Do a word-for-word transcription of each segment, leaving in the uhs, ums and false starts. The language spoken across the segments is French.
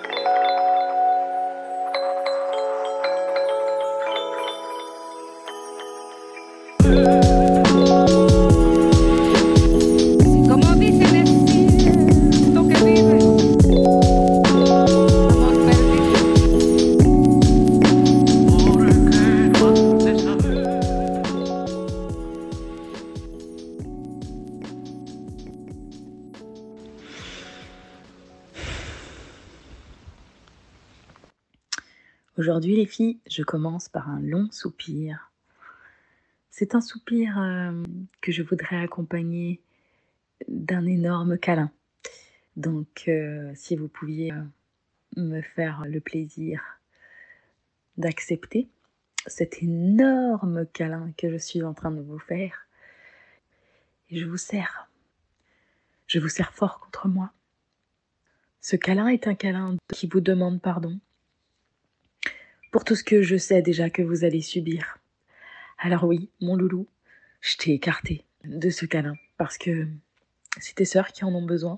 Como dicen es lo que vive, amor perdido. Aujourd'hui les filles, je commence par un long soupir. C'est un soupir euh, que je voudrais accompagner d'un énorme câlin. Donc euh, si vous pouviez euh, me faire le plaisir d'accepter cet énorme câlin que je suis en train de vous faire. Et je vous serre. Je vous serre fort contre moi. Ce câlin est un câlin qui vous demande pardon pour tout ce que je sais déjà que vous allez subir. Alors oui, mon loulou, je t'ai écarté de ce câlin parce que c'est tes sœurs qui en ont besoin.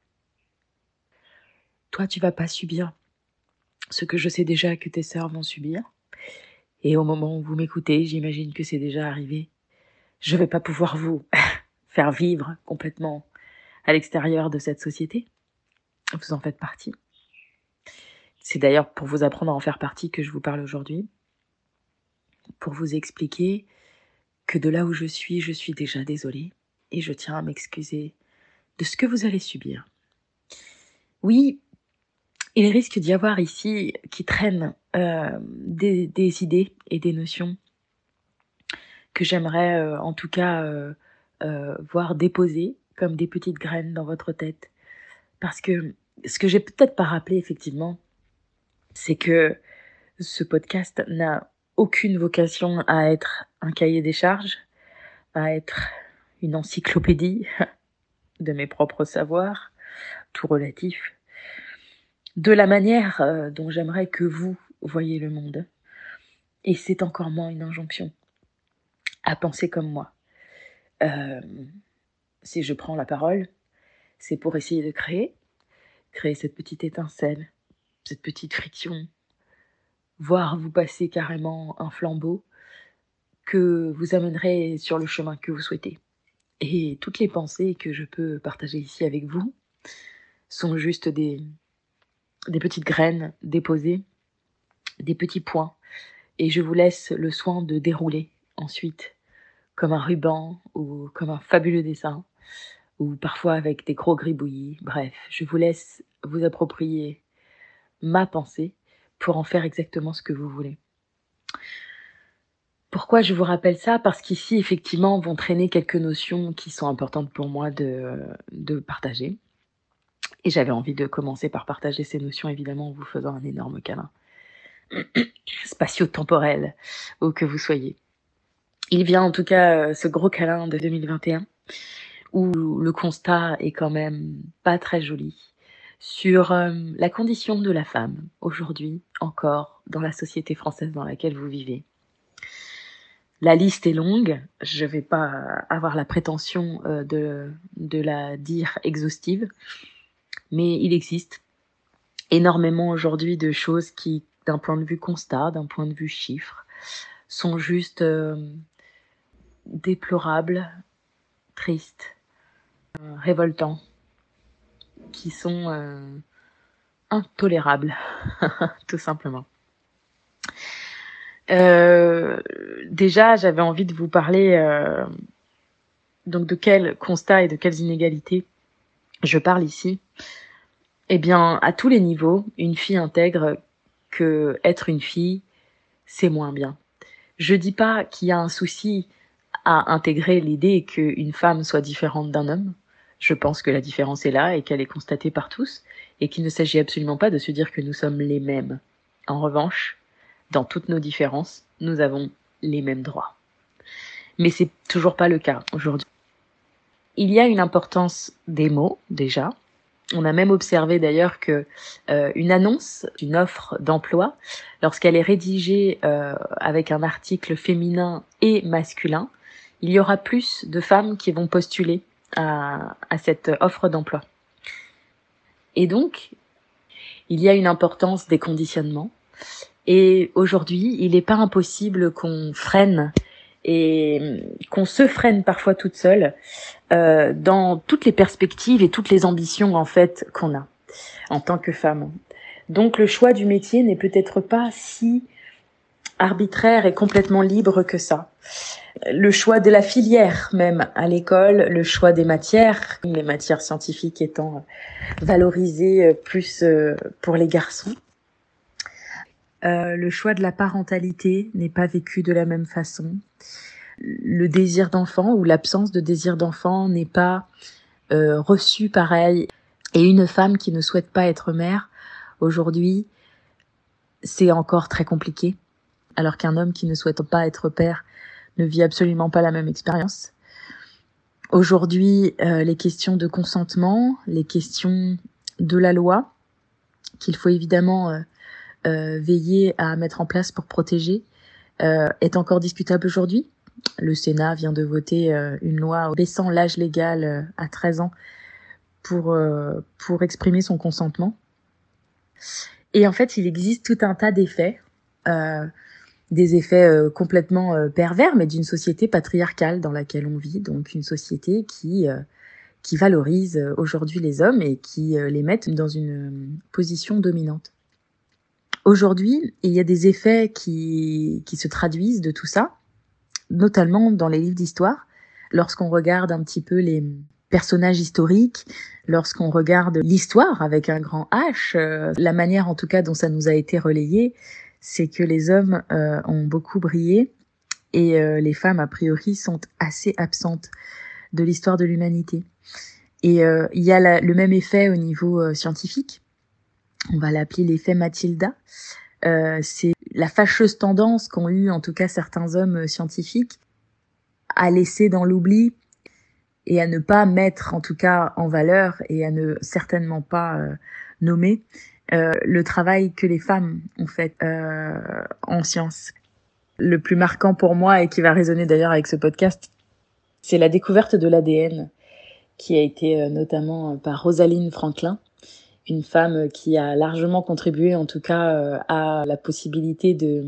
Toi, tu vas pas subir ce que je sais déjà que tes sœurs vont subir. Et au moment où vous m'écoutez, j'imagine que c'est déjà arrivé. Je vais pas pouvoir vous faire vivre complètement à l'extérieur de cette société. Vous en faites partie. C'est d'ailleurs pour vous apprendre à en faire partie que je vous parle aujourd'hui. Pour vous expliquer que de là où je suis, je suis déjà désolée. Et je tiens à m'excuser de ce que vous allez subir. Oui, il risque d'y avoir ici qui traînent euh, des, des idées et des notions que j'aimerais euh, en tout cas euh, euh, voir déposées comme des petites graines dans votre tête. Parce que ce que j'ai peut-être pas rappelé effectivement, c'est que ce podcast n'a aucune vocation à être un cahier des charges, à être une encyclopédie de mes propres savoirs, tout relatif, de la manière euh, dont j'aimerais que vous voyez le monde. Et c'est encore moins une injonction à penser comme moi. Euh, si je prends la parole, c'est pour essayer de créer, créer cette petite étincelle, cette petite friction, voir vous passer carrément un flambeau que vous amènerez sur le chemin que vous souhaitez. Et toutes les pensées que je peux partager ici avec vous sont juste des, des petites graines déposées, des petits points. Et je vous laisse le soin de dérouler ensuite, comme un ruban ou comme un fabuleux dessin, ou parfois avec des gros gribouillis. Bref, je vous laisse vous approprier ma pensée pour en faire exactement ce que vous voulez. Pourquoi je vous rappelle ça ? Parce qu'ici, effectivement, vont traîner quelques notions qui sont importantes pour moi de, de partager. Et j'avais envie de commencer par partager ces notions, évidemment, en vous faisant un énorme câlin. Spatio-temporel, où que vous soyez. Il vient en tout cas ce gros câlin de deux mille vingt et un, où le constat est quand même pas très joli, sur euh, la condition de la femme, aujourd'hui, encore, dans la société française dans laquelle vous vivez. La liste est longue, je vais pas avoir la prétention euh, de, de la dire exhaustive, mais il existe énormément aujourd'hui de choses qui, d'un point de vue constat, d'un point de vue chiffre, sont juste euh, déplorables, tristes, euh, révoltants, qui sont euh, intolérables, tout simplement. Euh, déjà, j'avais envie de vous parler euh, donc de quels constats et de quelles inégalités je parle ici. Eh bien, à tous les niveaux, une fille intègre que être une fille, c'est moins bien. Je dis pas qu'il y a un souci à intégrer l'idée qu'une femme soit différente d'un homme. Je pense que la différence est là et qu'elle est constatée par tous, et qu'il ne s'agit absolument pas de se dire que nous sommes les mêmes. En revanche, dans toutes nos différences, nous avons les mêmes droits. Mais c'est toujours pas le cas aujourd'hui. Il y a une importance des mots, déjà. On a même observé d'ailleurs que euh, une annonce, une offre d'emploi, lorsqu'elle est rédigée euh, avec un article féminin et masculin, il y aura plus de femmes qui vont postuler à, à cette offre d'emploi. Et donc, Il y a une importance des conditionnements. Et aujourd'hui, il n'est pas impossible qu'on freine et qu'on se freine parfois toute seule euh, dans toutes les perspectives et toutes les ambitions en fait qu'on a en tant que femme. Donc le choix du métier n'est peut-être pas si arbitraire et complètement libre que ça. Le choix de la filière même à l'école, le choix des matières, les matières scientifiques étant valorisées plus pour les garçons. Euh, le choix de la parentalité n'est pas vécu de la même façon. Le désir d'enfant ou l'absence de désir d'enfant n'est pas euh, reçu pareil. Et une femme qui ne souhaite pas être mère, aujourd'hui, c'est encore très compliqué. Alors qu'un homme qui ne souhaite pas être père ne vit absolument pas la même expérience. Aujourd'hui, euh, les questions de consentement, les questions de la loi, qu'il faut évidemment euh, euh, veiller à mettre en place pour protéger, euh, est encore discutable aujourd'hui. Le Sénat vient de voter euh, une loi baissant l'âge légal euh, à treize ans pour, euh, pour exprimer son consentement. Et en fait, il existe tout un tas d'effets, euh, des effets euh, complètement euh, pervers, mais d'une société patriarcale dans laquelle on vit, donc une société qui, euh, qui valorise euh, aujourd'hui les hommes et qui euh, les met dans une euh, position dominante. Aujourd'hui, il y a des effets qui, qui se traduisent de tout ça, notamment dans les livres d'histoire. Lorsqu'on regarde un petit peu les personnages historiques, lorsqu'on regarde l'histoire avec un grand H, euh, la manière en tout cas dont ça nous a été relayé, c'est que les hommes euh, ont beaucoup brillé et euh, les femmes, a priori, sont assez absentes de l'histoire de l'humanité. Et euh, il y a la, le même effet au niveau euh, scientifique. On va l'appeler l'effet Mathilda. Euh, c'est la fâcheuse tendance qu'ont eu en tout cas certains hommes scientifiques à laisser dans l'oubli et à ne pas mettre en tout cas en valeur et à ne certainement pas euh, nommer euh, le travail que les femmes ont fait euh, en sciences. Le plus marquant pour moi et qui va résonner d'ailleurs avec ce podcast, c'est la découverte de l'A D N qui a été euh, notamment par Rosalind Franklin, une femme qui a largement contribué en tout cas euh, à la possibilité de,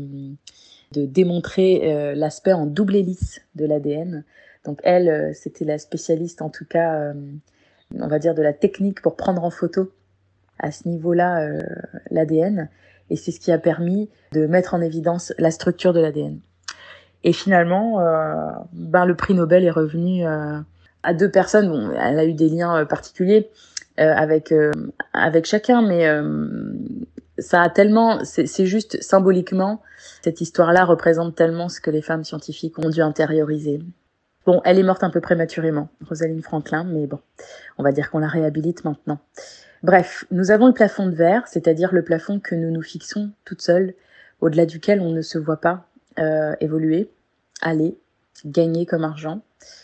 de démontrer euh, l'aspect en double hélice de l'A D N. Donc elle, euh, c'était la spécialiste en tout cas, euh, on va dire de la technique pour prendre en photo à ce niveau-là euh, l'A D N. Et c'est ce qui a permis de mettre en évidence la structure de l'A D N. Et finalement, euh, ben, le prix Nobel est revenu euh, à deux personnes. Bon, elle a eu des liens euh, particuliers euh, avec euh, avec chacun, mais euh, ça a tellement, c'est, c'est juste symboliquement, cette histoire-là représente tellement ce que les femmes scientifiques ont dû intérioriser. Bon, elle est morte un peu prématurément, Rosalind Franklin, mais bon, on va dire qu'on la réhabilite maintenant. Bref, nous avons le plafond de verre, c'est-à-dire le plafond que nous nous fixons toutes seules, au-delà duquel on ne se voit pas euh, évoluer, aller, gagner comme argent.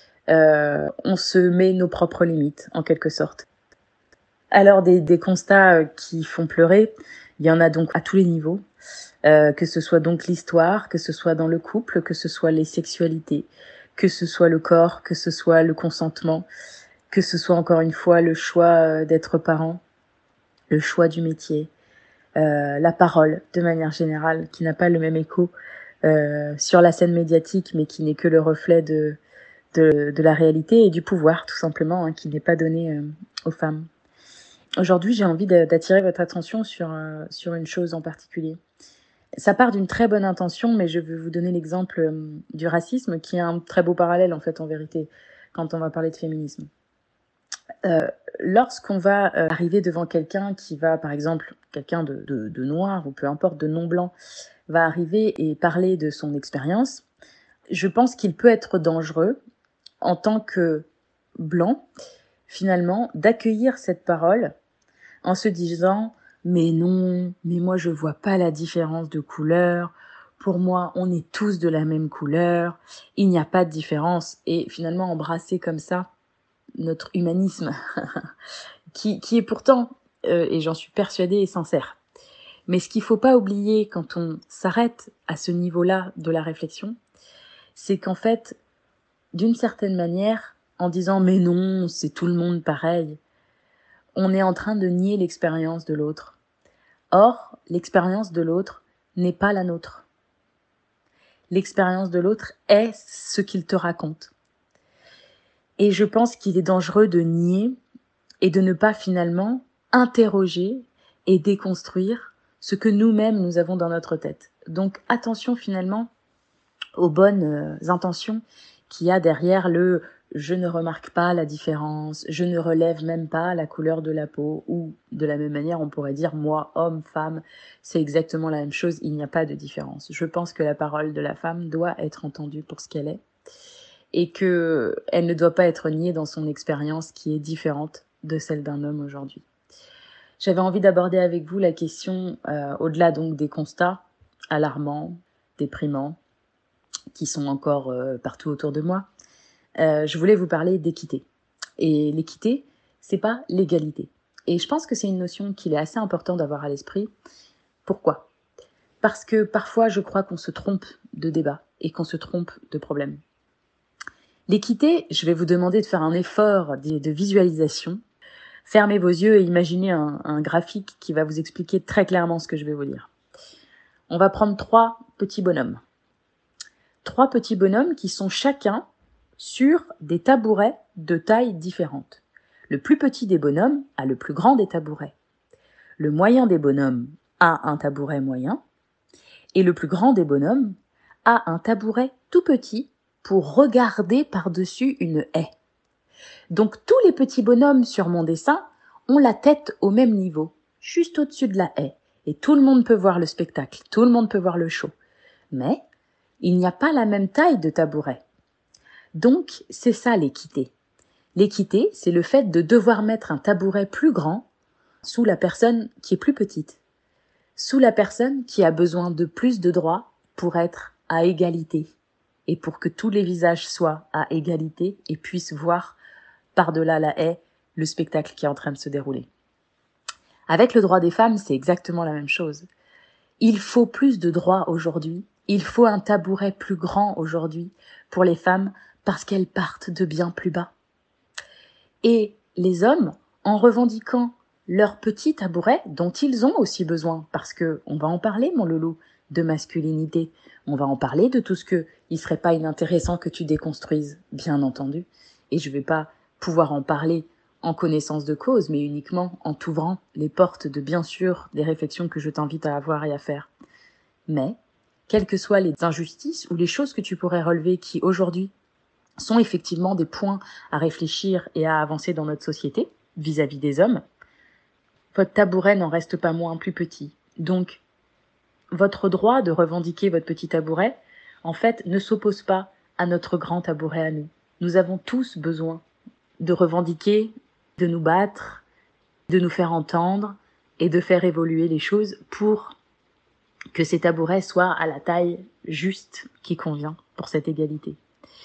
Euh, on se met nos propres limites, en quelque sorte. Alors, des, des constats qui font pleurer, il y en a donc à tous les niveaux, euh, que ce soit donc l'histoire, que ce soit dans le couple, que ce soit les sexualités, que ce soit le corps, que ce soit le consentement, que ce soit encore une fois le choix d'être parent, le choix du métier, euh, la parole de manière générale, qui n'a pas le même écho euh, sur la scène médiatique, mais qui n'est que le reflet de, de, de la réalité et du pouvoir, tout simplement, hein, qui n'est pas donné euh, aux femmes. Aujourd'hui, j'ai envie d'attirer votre attention sur, euh, sur une chose en particulier. Ça part d'une très bonne intention, mais je vais vous donner l'exemple euh, du racisme, qui est un très beau parallèle, en fait, en vérité, quand on va parler de féminisme. Euh, lorsqu'on va euh, arriver devant quelqu'un qui va, par exemple, quelqu'un de, de, de noir, ou peu importe, de non-blanc, va arriver et parler de son expérience, je pense qu'il peut être dangereux, en tant que blanc, finalement, d'accueillir cette parole en se disant « mais non, mais moi je vois pas la différence de couleur, pour moi on est tous de la même couleur, il n'y a pas de différence » et finalement embrasser comme ça notre humanisme, qui, qui est pourtant, euh, et j'en suis persuadée, sincère. Mais ce qu'il faut pas oublier quand on s'arrête à ce niveau-là de la réflexion, c'est qu'en fait, d'une certaine manière, en disant « mais non, c'est tout le monde pareil », on est en train de nier l'expérience de l'autre. Or, l'expérience de l'autre n'est pas la nôtre. L'expérience de l'autre est ce qu'il te raconte. Et je pense qu'il est dangereux de nier et de ne pas finalement interroger et déconstruire ce que nous-mêmes nous avons dans notre tête. Donc attention finalement aux bonnes euh, intentions qu'il y a derrière le « je ne remarque pas la différence, je ne relève même pas la couleur de la peau » ou de la même manière on pourrait dire « moi, homme, femme, c'est exactement la même chose, il n'y a pas de différence ». Je pense que la parole de la femme doit être entendue pour ce qu'elle est et qu'elle ne doit pas être niée dans son expérience qui est différente de celle d'un homme aujourd'hui. J'avais envie d'aborder avec vous la question, euh, au-delà donc des constats alarmants, déprimants, qui sont encore euh, partout autour de moi, euh, je voulais vous parler d'équité. Et l'équité, c'est pas l'égalité. Et je pense que c'est une notion qu'il est assez important d'avoir à l'esprit. Pourquoi ? Parce que parfois, je crois qu'on se trompe de débat et qu'on se trompe de problème. L'équité, je vais vous demander de faire un effort de, de visualisation. Fermez vos yeux et imaginez un, un graphique qui va vous expliquer très clairement ce que je vais vous dire. On va prendre trois petits bonhommes. Trois petits bonhommes qui sont chacun sur des tabourets de taille différente. Le plus petit des bonhommes a le plus grand des tabourets. Le moyen des bonhommes a un tabouret moyen. Et le plus grand des bonhommes a un tabouret tout petit pour regarder par-dessus une haie. Donc tous les petits bonhommes sur mon dessin ont la tête au même niveau, juste au-dessus de la haie. Et tout le monde peut voir le spectacle, tout le monde peut voir le show. Mais il n'y a pas la même taille de tabouret. Donc c'est ça l'équité. L'équité, c'est le fait de devoir mettre un tabouret plus grand sous la personne qui est plus petite, sous la personne qui a besoin de plus de droits pour être à égalité et pour que tous les visages soient à égalité et puissent voir par-delà la haie le spectacle qui est en train de se dérouler. Avec le droit des femmes, c'est exactement la même chose. Il faut plus de droits aujourd'hui, il faut un tabouret plus grand aujourd'hui pour les femmes parce qu'elles partent de bien plus bas. Et les hommes, en revendiquant leur petit tabouret dont ils ont aussi besoin, parce que on va en parler, mon loulou, de masculinité, on va en parler de tout ce que il serait pas inintéressant que tu déconstruises, bien entendu, et je vais pas pouvoir en parler en connaissance de cause, mais uniquement en t'ouvrant les portes de bien sûr des réflexions que je t'invite à avoir et à faire. Mais, quelles que soient les injustices ou les choses que tu pourrais relever qui aujourd'hui sont effectivement des points à réfléchir et à avancer dans notre société vis-à-vis des hommes, votre tabouret n'en reste pas moins plus petit. Donc, votre droit de revendiquer votre petit tabouret, en fait, ne s'oppose pas à notre grand tabouret à nous. Nous avons tous besoin de revendiquer, de nous battre, de nous faire entendre et de faire évoluer les choses pour que ces tabourets soient à la taille juste qui convient pour cette égalité.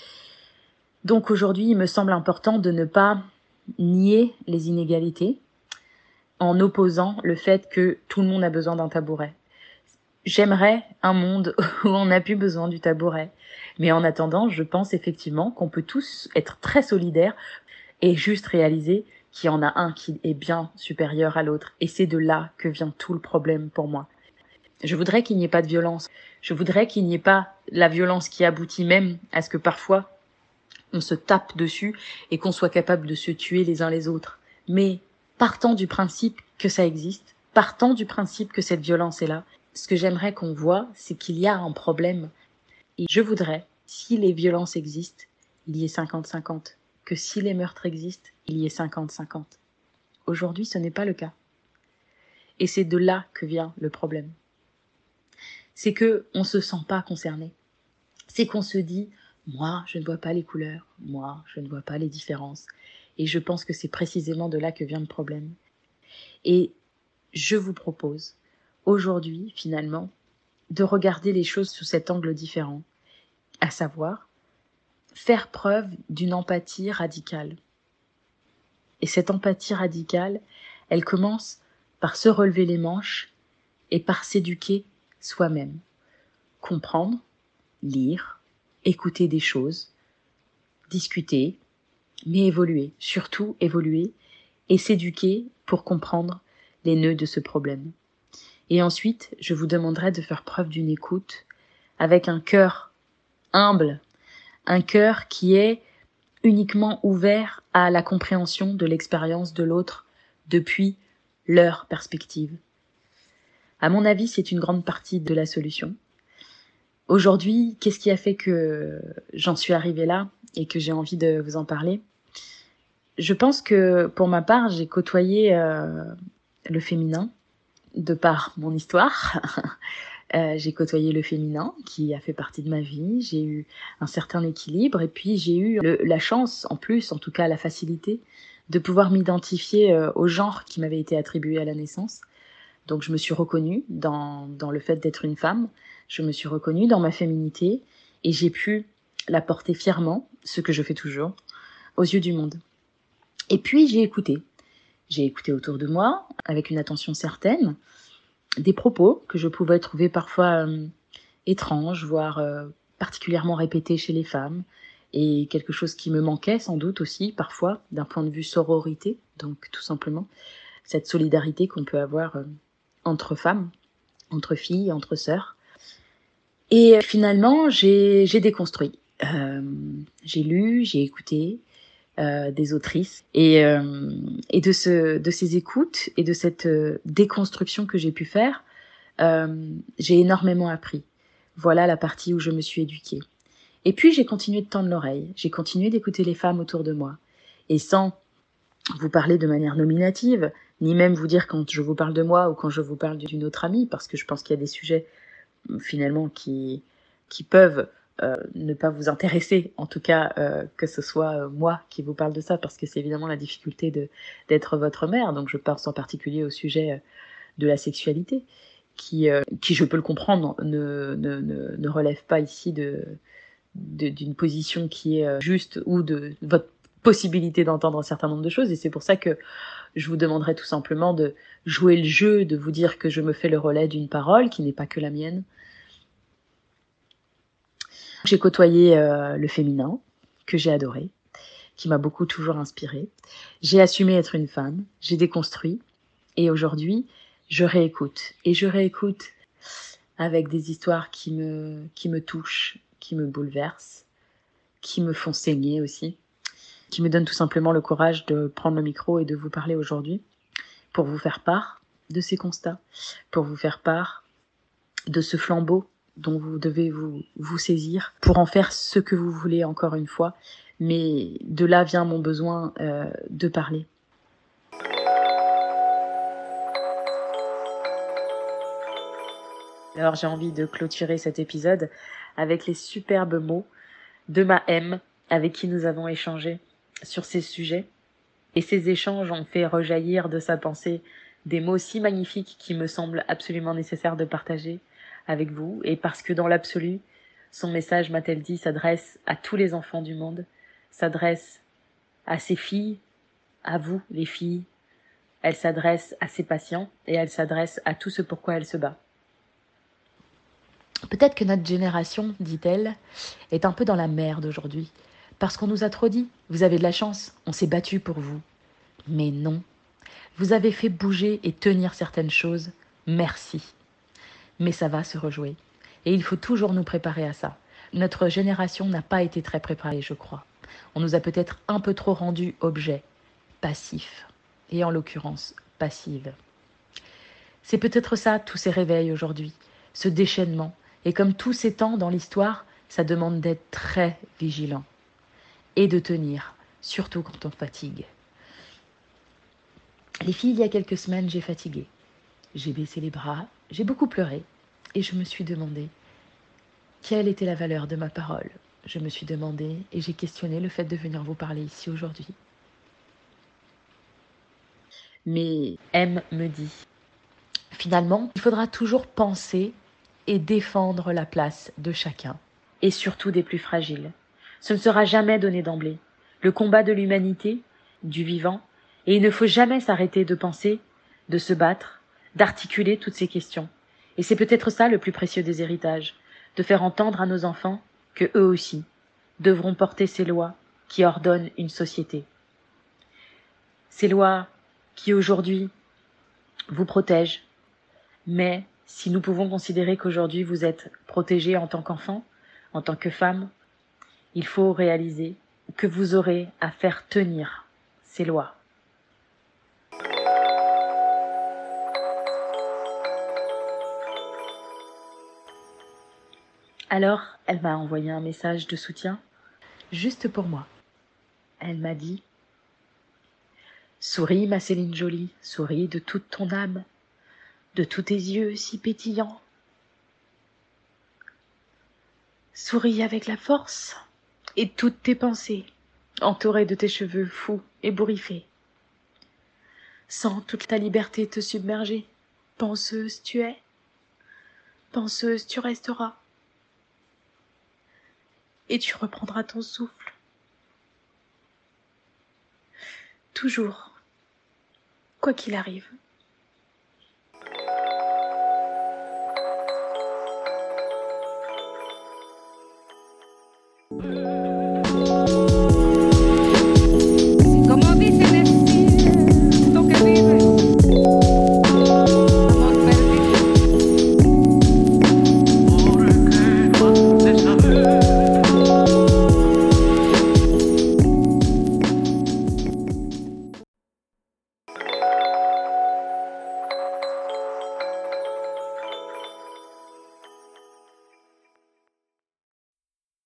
Donc aujourd'hui, il me semble important de ne pas nier les inégalités en opposant le fait que tout le monde a besoin d'un tabouret. J'aimerais un monde où on n'a plus besoin du tabouret. Mais en attendant, je pense effectivement qu'on peut tous être très solidaires et juste réaliser qu'il y en a un qui est bien supérieur à l'autre. Et c'est de là que vient tout le problème pour moi. Je voudrais qu'il n'y ait pas de violence. Je voudrais qu'il n'y ait pas la violence qui aboutit même à ce que parfois on se tape dessus et qu'on soit capable de se tuer les uns les autres. Mais partant du principe que ça existe, partant du principe que cette violence est là, ce que j'aimerais qu'on voit, c'est qu'il y a un problème. Et je voudrais, si les violences existent, il y ait cinquante cinquante. Que si les meurtres existent, il y ait cinquante cinquante. Aujourd'hui, ce n'est pas le cas. Et c'est de là que vient le problème. C'est que on se sent pas concerné. C'est qu'on se dit, moi, je ne vois pas les couleurs. Moi, je ne vois pas les différences. Et je pense que c'est précisément de là que vient le problème. Et je vous propose, aujourd'hui, finalement, de regarder les choses sous cet angle différent, à savoir, faire preuve d'une empathie radicale. Et cette empathie radicale, elle commence par se relever les manches et par s'éduquer soi-même. Comprendre, lire, écouter des choses, discuter, mais évoluer, surtout évoluer et s'éduquer pour comprendre les nœuds de ce problème. Et ensuite, je vous demanderai de faire preuve d'une écoute avec un cœur humble, un cœur qui est uniquement ouvert à la compréhension de l'expérience de l'autre depuis leur perspective. À mon avis, c'est une grande partie de la solution. Aujourd'hui, qu'est-ce qui a fait que j'en suis arrivée là et que j'ai envie de vous en parler ? Je pense que pour ma part, j'ai côtoyé euh, le féminin de par mon histoire. euh, j'ai côtoyé le féminin qui a fait partie de ma vie. J'ai eu un certain équilibre et puis j'ai eu le, la chance, en plus, en tout cas la facilité, de pouvoir m'identifier euh, au genre qui m'avait été attribué à la naissance. Donc je me suis reconnue dans, dans le fait d'être une femme, je me suis reconnue dans ma féminité et j'ai pu la porter fièrement, ce que je fais toujours, aux yeux du monde. Et puis j'ai écouté. J'ai écouté autour de moi, avec une attention certaine, des propos que je pouvais trouver parfois euh, étranges, voire euh, particulièrement répétés chez les femmes, et quelque chose qui me manquait sans doute aussi, parfois, d'un point de vue sororité, donc tout simplement, cette solidarité qu'on peut avoir euh, entre femmes, entre filles, entre sœurs. Et finalement, j'ai, j'ai déconstruit. Euh, j'ai lu, j'ai écouté euh, des autrices. Et, euh, et de, ce, de ces écoutes et de cette euh, déconstruction que j'ai pu faire, euh, j'ai énormément appris. Voilà la partie où je me suis éduquée. Et puis, j'ai continué de tendre l'oreille. J'ai continué d'écouter les femmes autour de moi. Et sans vous parler de manière nominative, ni même vous dire quand je vous parle de moi ou quand je vous parle d'une autre amie, parce que je pense qu'il y a des sujets finalement qui, qui peuvent euh, ne pas vous intéresser, en tout cas euh, que ce soit euh, moi qui vous parle de ça, parce que c'est évidemment la difficulté de, d'être votre mère, donc je pense en particulier au sujet euh, de la sexualité, qui, euh, qui je peux le comprendre, ne, ne, ne, ne relève pas ici de, de, d'une position qui est euh, juste ou de votre possibilité d'entendre un certain nombre de choses, et c'est pour ça que je vous demanderai tout simplement de jouer le jeu, de vous dire que je me fais le relais d'une parole qui n'est pas que la mienne. J'ai côtoyé euh, le féminin, que j'ai adoré, qui m'a beaucoup toujours inspirée. J'ai assumé être une femme, j'ai déconstruit, et aujourd'hui, je réécoute. Et je réécoute avec des histoires qui me, qui me touchent, qui me bouleversent, qui me font saigner aussi, qui me donnent tout simplement le courage de prendre le micro et de vous parler aujourd'hui pour vous faire part de ces constats, pour vous faire part de ce flambeau dont vous devez vous, vous saisir pour en faire ce que vous voulez encore une fois. Mais de là vient mon besoin euh, de parler. Alors j'ai envie de clôturer cet épisode avec les superbes mots de ma M, avec qui nous avons échangé sur ces sujets. Et ces échanges ont fait rejaillir de sa pensée des mots si magnifiques qui me semblent absolument nécessaires de partager avec vous. Et parce que dans l'absolu, son message, m'a-t-elle dit, s'adresse à tous les enfants du monde, s'adresse à ses filles, à vous les filles, elle s'adresse à ses patients et elle s'adresse à tout ce pourquoi elle se bat. Peut-être que notre génération, dit-elle, est un peu dans la merde aujourd'hui. Parce qu'on nous a trop dit, vous avez de la chance, on s'est battu pour vous. Mais non, vous avez fait bouger et tenir certaines choses, merci. Mais ça va se rejouer. Et il faut toujours nous préparer à ça. Notre génération n'a pas été très préparée, je crois. On nous a peut-être un peu trop rendu objets, passifs. Et en l'occurrence, passives. C'est peut-être ça, tous ces réveils aujourd'hui, ce déchaînement. Et comme tous ces temps dans l'histoire, ça demande d'être très vigilant. Et de tenir, surtout quand on fatigue. Les filles, il y a quelques semaines, j'ai fatigué. J'ai baissé les bras, j'ai beaucoup pleuré. Et je me suis demandé quelle était la valeur de ma parole. Je me suis demandé et j'ai questionné le fait de venir vous parler ici aujourd'hui. Mais M me dit, finalement, il faudra toujours penser et défendre la place de chacun, et surtout des plus fragiles. Ce ne sera jamais donné d'emblée. Le combat de l'humanité, du vivant, et il ne faut jamais s'arrêter de penser, de se battre, d'articuler toutes ces questions. Et c'est peut-être ça le plus précieux des héritages, de faire entendre à nos enfants que eux aussi devront porter ces lois qui ordonnent une société. Ces lois qui aujourd'hui vous protègent, Mais si nous pouvons considérer qu'aujourd'hui vous êtes protégée en tant qu'enfant, en tant que femme, il faut réaliser que vous aurez à faire tenir ces lois. Alors, elle m'a envoyé un message de soutien, juste pour moi. Elle m'a dit « Souris, ma Céline jolie, souris de toute ton âme, de tous tes yeux si pétillants. Souris avec la force et toutes tes pensées, entourées de tes cheveux fous et bourriffés. Sens toute ta liberté te submerger. Penseuse tu es, penseuse tu resteras. Et tu reprendras ton souffle. Toujours, quoi qu'il arrive.